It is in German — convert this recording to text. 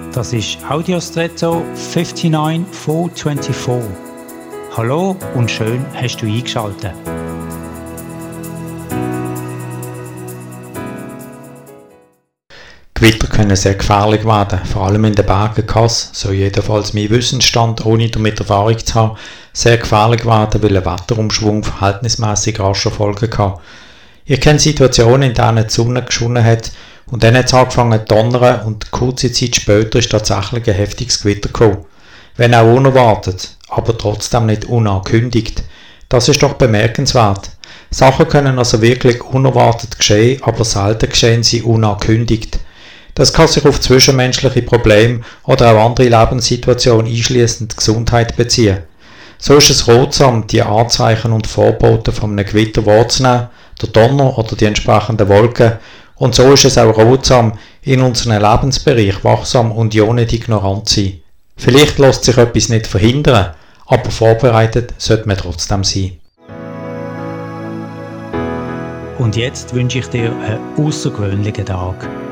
Das ist Audiostretto 59424. Hallo und schön hast du eingeschaltet. Gewitter können sehr gefährlich werden, vor allem in den Bergen kann es, so jedenfalls mein Wissensstand, ohne damit Erfahrung zu haben, sehr gefährlich werden, weil ein Wetterumschwung verhältnismäßig rascher Folgen kann. Ich kenne Situationen, in denen die Sonne geschonnen hat und dann hat es angefangen zu donnern und kurze Zeit später ist tatsächlich ein heftiges Gewitter gekommen. Wenn auch unerwartet, aber trotzdem nicht unangekündigt. Das ist doch bemerkenswert. Sachen können also wirklich unerwartet geschehen, aber selten geschehen sie unangekündigt. Das kann sich auf zwischenmenschliche Probleme oder auch andere Lebenssituationen einschliessend Gesundheit beziehen. So ist es ratsam, die Anzeichen und Vorboten von einem Gewitter wahrzunehmen, der Donner oder die entsprechenden Wolken, und so ist es auch ratsam, in unserem Lebensbereich wachsam und ja nicht ignorant zu sein. Vielleicht lässt sich etwas nicht verhindern, aber vorbereitet sollte man trotzdem sein. Und jetzt wünsche ich dir einen außergewöhnlichen Tag.